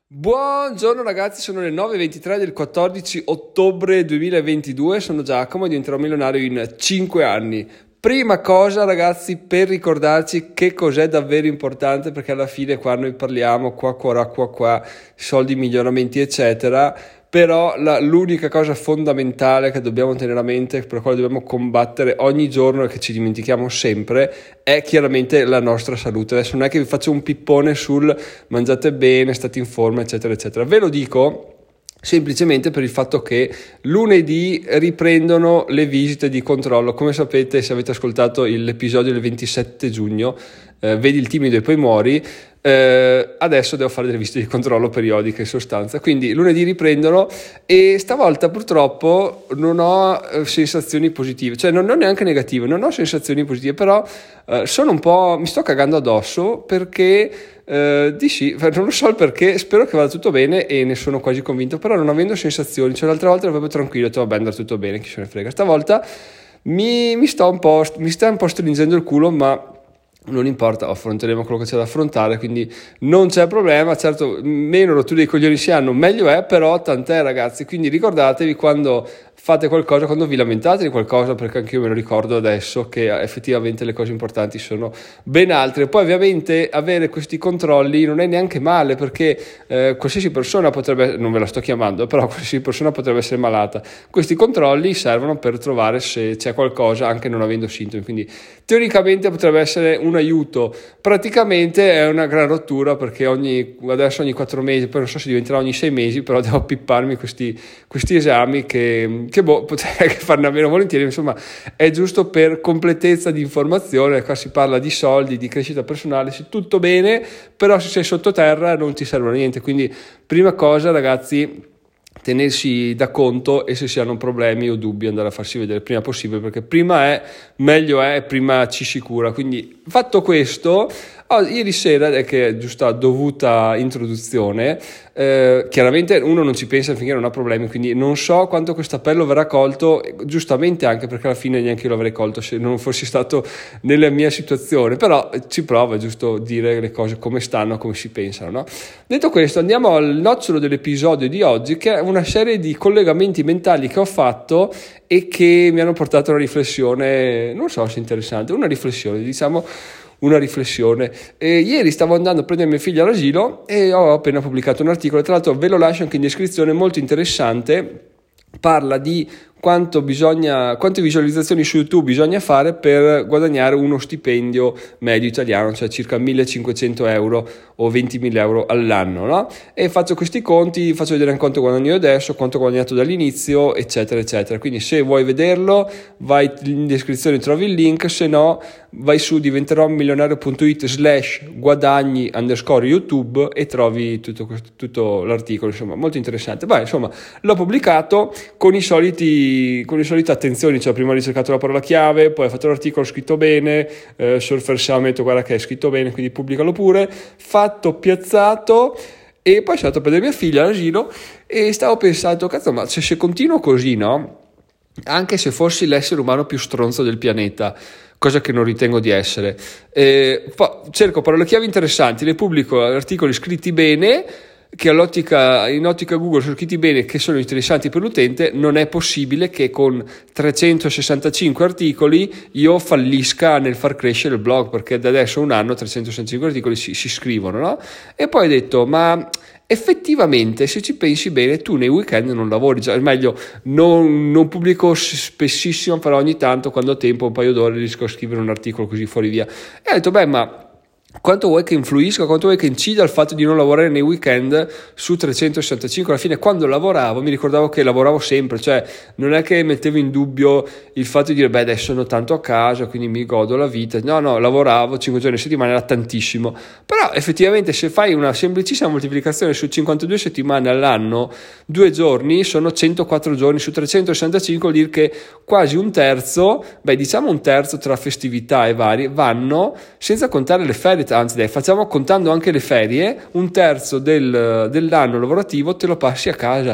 Buongiorno ragazzi, sono le 9:23 del 14 ottobre 2022, sono Giacomo e diventerò milionario in 5 anni. Prima cosa ragazzi, per ricordarci che cos'è davvero importante, perché alla fine qua noi parliamo qua, soldi, miglioramenti eccetera, però l'unica cosa fondamentale che dobbiamo tenere a mente, per la quale dobbiamo combattere ogni giorno e che ci dimentichiamo sempre, è chiaramente la nostra salute. Adesso non è che vi faccio un pippone sul mangiate bene, state in forma eccetera eccetera, ve lo dico semplicemente per il fatto che lunedì riprendono le visite di controllo. Come sapete, se avete ascoltato l'episodio del 27 giugno, vedi il timido e poi muori, adesso devo fare delle visite di controllo periodiche in sostanza, quindi lunedì riprendono e stavolta purtroppo non ho sensazioni positive, cioè non ho neanche negative, non ho sensazioni positive, però sono un po', mi sto cagando addosso perché non lo so il perché, spero che vada tutto bene e ne sono quasi convinto, però non avendo sensazioni, cioè l'altra volta ero proprio tranquillo, ho detto vabbè, andrà tutto bene, chi se ne frega. Stavolta mi sta un po' stringendo il culo, ma non importa, affronteremo quello che c'è da affrontare, quindi non c'è problema. Certo, meno rotture dei coglioni si hanno, meglio è, però tant'è ragazzi, quindi ricordatevi quando fate qualcosa, quando vi lamentate di qualcosa, perché anche io me lo ricordo adesso che effettivamente le cose importanti sono ben altre. Poi ovviamente avere questi controlli non è neanche male, perché qualsiasi persona potrebbe, non ve la sto chiamando, però qualsiasi persona potrebbe essere malata. Questi controlli servono per trovare se c'è qualcosa anche non avendo sintomi, quindi teoricamente potrebbe essere un aiuto. Praticamente è una gran rottura, perché adesso ogni 4 mesi, poi non so se diventerà ogni 6 mesi, però devo pipparmi questi esami che potrei farne a meno volentieri. Insomma, è giusto per completezza di informazione. Qua si parla di soldi, di crescita personale, sì, tutto bene, però se sei sottoterra non ti serve a niente. Quindi prima cosa ragazzi, tenersi da conto, e se si hanno problemi o dubbi andare a farsi vedere prima possibile, perché prima è meglio è, prima ci si cura. Quindi fatto questo, ieri sera, che è giusta dovuta introduzione, chiaramente uno non ci pensa finché non ha problemi, quindi non so quanto questo appello verrà colto, giustamente, anche perché alla fine neanche io l'avrei colto se non fossi stato nella mia situazione, però ci provo, è giusto dire le cose come stanno, come si pensano, no? Detto questo, andiamo al nocciolo dell'episodio di oggi, che è una serie di collegamenti mentali che ho fatto e che mi hanno portato a una riflessione, non so se interessante, una riflessione. Ieri stavo andando a prendere mia figlia all'asilo e ho appena pubblicato un articolo, tra l'altro ve lo lascio anche in descrizione, molto interessante. Parla di quante visualizzazioni su YouTube bisogna fare per guadagnare uno stipendio medio italiano, cioè circa 1.500 euro o 20.000 euro all'anno, no? E faccio questi conti, faccio vedere quanto guadagno io adesso, quanto ho guadagnato dall'inizio, eccetera eccetera. Quindi se vuoi vederlo, vai in descrizione, trovi il link, se no vai su diventeròmilionario.it/guadagni_YouTube e trovi tutto l'articolo, insomma molto interessante. Beh, insomma, l'ho pubblicato con le solite attenzioni, cioè prima ho ricercato la parola chiave, poi ho fatto l'articolo scritto bene, Surfer Summit, guarda che è scritto bene, quindi pubblicalo pure, fatto, piazzato. E poi sono andato a prendere mia figlia all'asilo e stavo pensando, cazzo, ma se continuo così, no? Anche se fossi l'essere umano più stronzo del pianeta, cosa che non ritengo di essere, cerco parole chiave interessanti, le pubblico articoli scritti bene, che in ottica Google sono scritti bene, che sono interessanti per l'utente. Non è possibile che con 365 articoli io fallisca nel far crescere il blog, perché da adesso un anno 365 articoli si scrivono, no? E poi ho detto, ma effettivamente se ci pensi bene tu nei weekend non lavori, cioè meglio non pubblico spessissimo, però ogni tanto quando ho tempo, un paio d'ore, riesco a scrivere un articolo così fuori via. E ho detto, beh, ma quanto vuoi che influisca, quanto vuoi che incida il fatto di non lavorare nei weekend su 365? Alla fine, quando lavoravo, mi ricordavo che lavoravo sempre, cioè non è che mettevo in dubbio il fatto di dire, beh, adesso sono tanto a casa, quindi mi godo la vita. No, lavoravo 5 giorni a settimana, era tantissimo. Però effettivamente se fai una semplicissima moltiplicazione su 52 settimane all'anno, 2 giorni sono 104 giorni su 365, vuol dire che quasi un terzo tra festività e vari, vanno, senza contare le ferie. Anzi dai, facciamo contando anche le ferie, un terzo dell'anno lavorativo te lo passi a casa.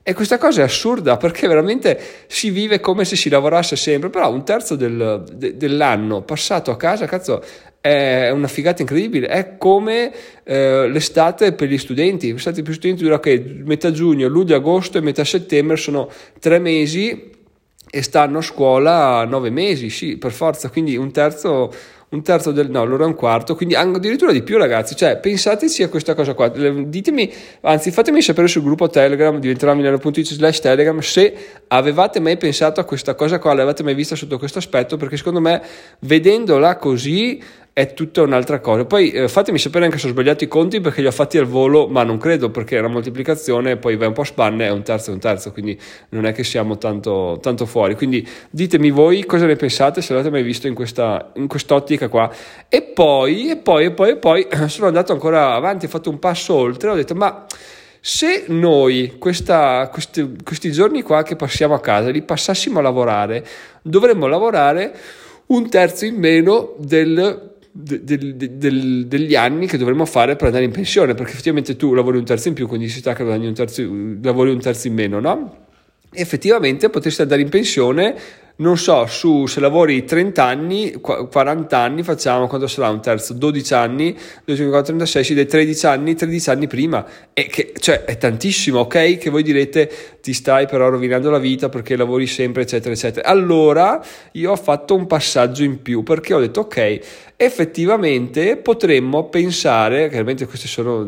E questa cosa è assurda, perché veramente si vive come se si lavorasse sempre, però un terzo dell'anno passato a casa, cazzo, è una figata incredibile. È come l'estate per gli studenti. L'estate per gli studenti dura metà giugno, luglio, agosto e metà settembre, sono 3 mesi e stanno a scuola 9 mesi, sì, per forza, quindi un terzo no, loro è un quarto, quindi addirittura di più, ragazzi. Cioè, pensateci a questa cosa qua, ditemi, anzi fatemi sapere sul gruppo Telegram, diventerà milano.it/Telegram, se avevate mai pensato a questa cosa qua, l'avete mai vista sotto questo aspetto, perché secondo me, vedendola così, è tutta un'altra cosa. Poi fatemi sapere anche se ho sbagliato i conti, perché li ho fatti al volo, ma non credo, perché è una moltiplicazione, poi vai un po' a spanne, è un terzo, quindi non è che siamo tanto fuori. Quindi ditemi voi cosa ne pensate, se l'avete mai visto in quest'ottica qua. E poi sono andato ancora avanti, ho fatto un passo oltre, ho detto ma se noi questi giorni qua che passiamo a casa li passassimo a lavorare, dovremmo lavorare un terzo in meno degli anni che dovremmo fare per andare in pensione, perché effettivamente tu lavori un terzo in più, quindi si sta che lavori un terzo in meno, no? Effettivamente potresti andare in pensione, non so, se lavori 30 anni, 40 anni, facciamo, quando sarà un terzo? 12 anni, 12, 36, si dai 13 anni prima, e che, cioè, è tantissimo, ok? Che voi direte, ti stai però rovinando la vita perché lavori sempre, eccetera, eccetera. Allora, io ho fatto un passaggio in più, perché ho detto, ok, effettivamente potremmo pensare, chiaramente queste sono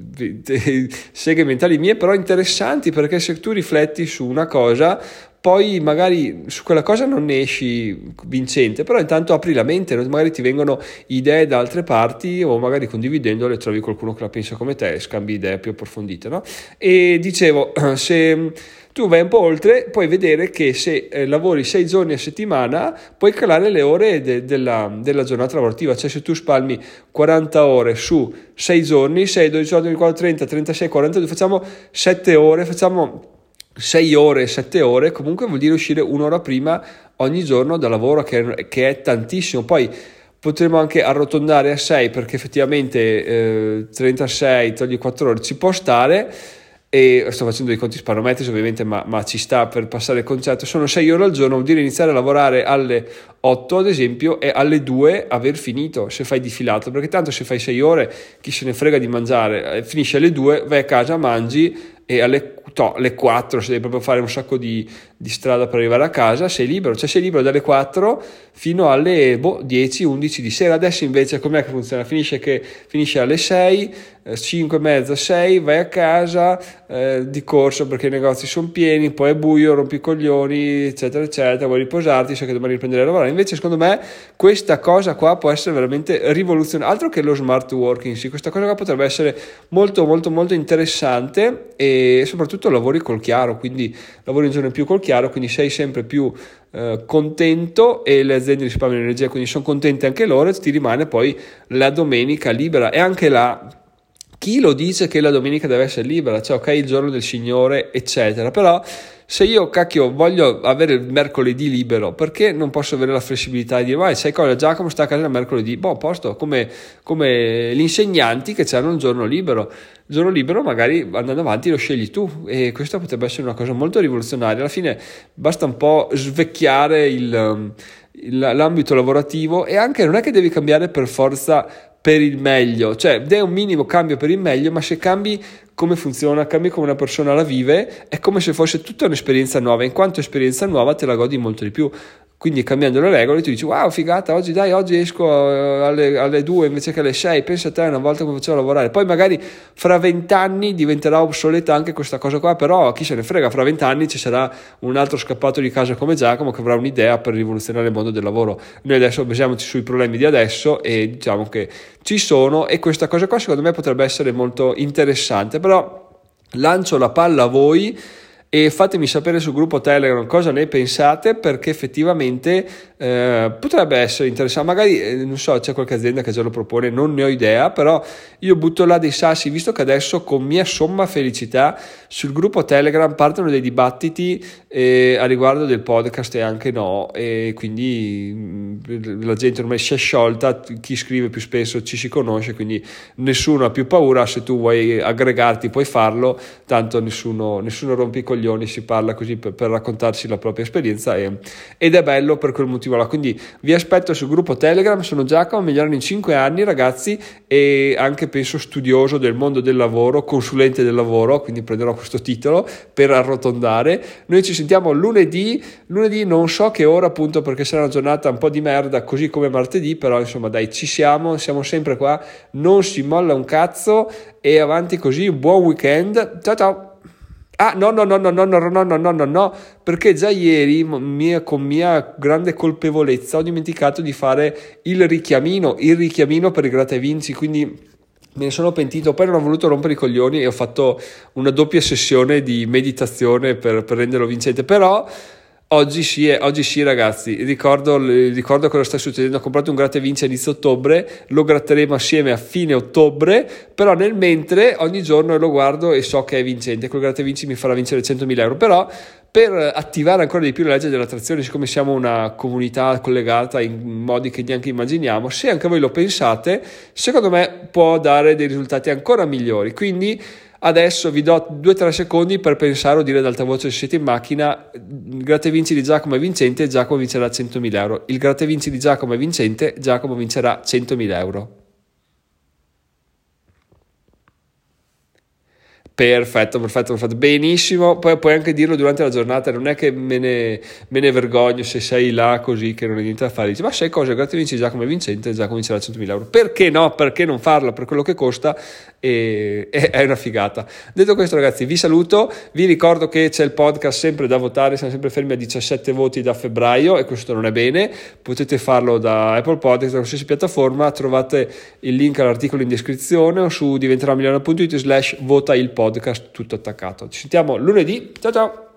seghe mentali mie, però interessanti, perché se tu rifletti su una cosa, poi magari su quella cosa non ne esci vincente, però intanto apri la mente, magari ti vengono idee da altre parti, o magari condividendole trovi qualcuno che la pensa come te e scambi idee più approfondite, no? E dicevo, se tu vai un po' oltre, puoi vedere che se lavori 6 giorni a settimana puoi calare le ore della giornata lavorativa, cioè se tu spalmi 40 ore su 6 giorni, 6, 12, 14, 30, 36, 42, facciamo 7 ore, facciamo 6 ore, 7 ore, comunque vuol dire uscire un'ora prima ogni giorno da lavoro, che è tantissimo. Poi potremmo anche arrotondare a 6, perché effettivamente 36 togli 4 ore ci può stare, e sto facendo dei conti spanometrici ovviamente, ma ci sta per passare il concetto. Sono 6 ore al giorno, vuol dire iniziare a lavorare alle 8 ad esempio e alle 2 aver finito, se fai di filato, perché tanto se fai 6 ore chi se ne frega di mangiare, finisci alle 2, vai a casa, mangi, e alle 4, se devi proprio fare un sacco di strada per arrivare a casa, sei libero dalle 4 fino alle 10, 11 di sera. Adesso invece com'è che funziona? Finisce alle 6, 5 e mezza, 6, vai a casa di corso, perché i negozi sono pieni, poi è buio, rompi i coglioni, eccetera eccetera, vuoi riposarti, sai che domani riprendere a lavorare. Invece secondo me questa cosa qua può essere veramente rivoluzionaria, altro che lo smart working, sì, questa cosa qua potrebbe essere molto molto molto interessante, e soprattutto lavori col chiaro, quindi lavori un giorno in più col chiaro, quindi sei sempre più contento, e le aziende risparmiano energia, quindi sono contente anche loro, e ti rimane poi la domenica libera. E anche là, chi lo dice che la domenica deve essere libera? Cioè, ok, il giorno del Signore, eccetera, però se io, cacchio, voglio avere il mercoledì libero, perché non posso avere la flessibilità di dire, vai, sai cosa, Giacomo sta a casa il mercoledì, a posto, come gli insegnanti che hanno un giorno libero. Il giorno libero magari andando avanti lo scegli tu, e questa potrebbe essere una cosa molto rivoluzionaria. Alla fine basta un po' svecchiare l'ambito lavorativo, e anche non è che devi cambiare per forza per il meglio, cioè è un minimo cambio per il meglio, ma se cambi come funziona, cambi come una persona la vive, è come se fosse tutta un'esperienza nuova, in quanto esperienza nuova te la godi molto di più. Quindi cambiando le regole tu dici, wow, figata, oggi esco alle 2 invece che alle 6, pensa a te una volta come facevo lavorare. Poi magari fra 20 anni diventerà obsoleta anche questa cosa qua, però chi se ne frega, fra 20 anni ci sarà un altro scappato di casa come Giacomo che avrà un'idea per rivoluzionare il mondo del lavoro. Noi adesso basiamoci sui problemi di adesso, e diciamo che ci sono, e questa cosa qua secondo me potrebbe essere molto interessante. Però lancio la palla a voi e fatemi sapere sul gruppo Telegram cosa ne pensate, perché effettivamente potrebbe essere interessante. Magari non so, c'è qualche azienda che già lo propone, non ne ho idea, però io butto là dei sassi, visto che adesso con mia somma felicità sul gruppo Telegram partono dei dibattiti a riguardo del podcast e anche no, e quindi la gente ormai si è sciolta, chi scrive più spesso ci si conosce, quindi nessuno ha più paura. Se tu vuoi aggregarti puoi farlo, tanto nessuno rompe i coglioni coglioni, si parla così per raccontarsi la propria esperienza ed è bello per quel motivo là. Quindi vi aspetto sul gruppo Telegram. Sono Giacomo, migliorano in 5 anni ragazzi, e anche penso studioso del mondo del lavoro, consulente del lavoro, quindi prenderò questo titolo per arrotondare. Noi ci sentiamo lunedì non so che ora, appunto perché sarà una giornata un po' di merda così come martedì, però insomma dai, ci siamo sempre qua, non si molla un cazzo e avanti così. Buon weekend, ciao ciao. Ah, no, perché già ieri, con mia grande colpevolezza, ho dimenticato di fare il richiamino per il gratta e vinci, quindi me ne sono pentito. Poi non ho voluto rompere i coglioni e ho fatto una doppia sessione di meditazione per renderlo vincente, però oggi sì ragazzi, ricordo cosa sta succedendo. Ho comprato un gratta e vinci a inizio ottobre, lo gratteremo assieme a fine ottobre, però nel mentre ogni giorno lo guardo e so che è vincente. Quel gratta e vinci mi farà vincere 100.000 euro, però per attivare ancora di più la legge dell'attrazione, siccome siamo una comunità collegata in modi che neanche immaginiamo, se anche voi lo pensate, secondo me può dare dei risultati ancora migliori. Quindi adesso vi do 2-3 secondi per pensare o dire ad alta voce, se siete in macchina: il gratta e vinci di Giacomo è vincente, Giacomo vincerà 100.000 euro. Il gratta e vinci di Giacomo è vincente, Giacomo vincerà 100.000 euro. Perfetto, benissimo. Poi puoi anche dirlo durante la giornata, non è che me ne vergogno se sei là così che non hai niente da fare. Dici, ma sai cosa, grazie vinci Giacomo è vincente, Giacomo vincerà 100.000 euro. Perché no? Perché non farlo per quello che costa? E è una figata. Detto questo ragazzi, vi saluto, vi ricordo che c'è il podcast sempre da votare, siamo sempre fermi a 17 voti da febbraio e questo non è bene. Potete farlo da Apple Podcast, da qualsiasi piattaforma, trovate il link all'articolo in descrizione o su diventeramilionario.it/vota il podcast, tutto attaccato. Ci sentiamo lunedì, ciao ciao.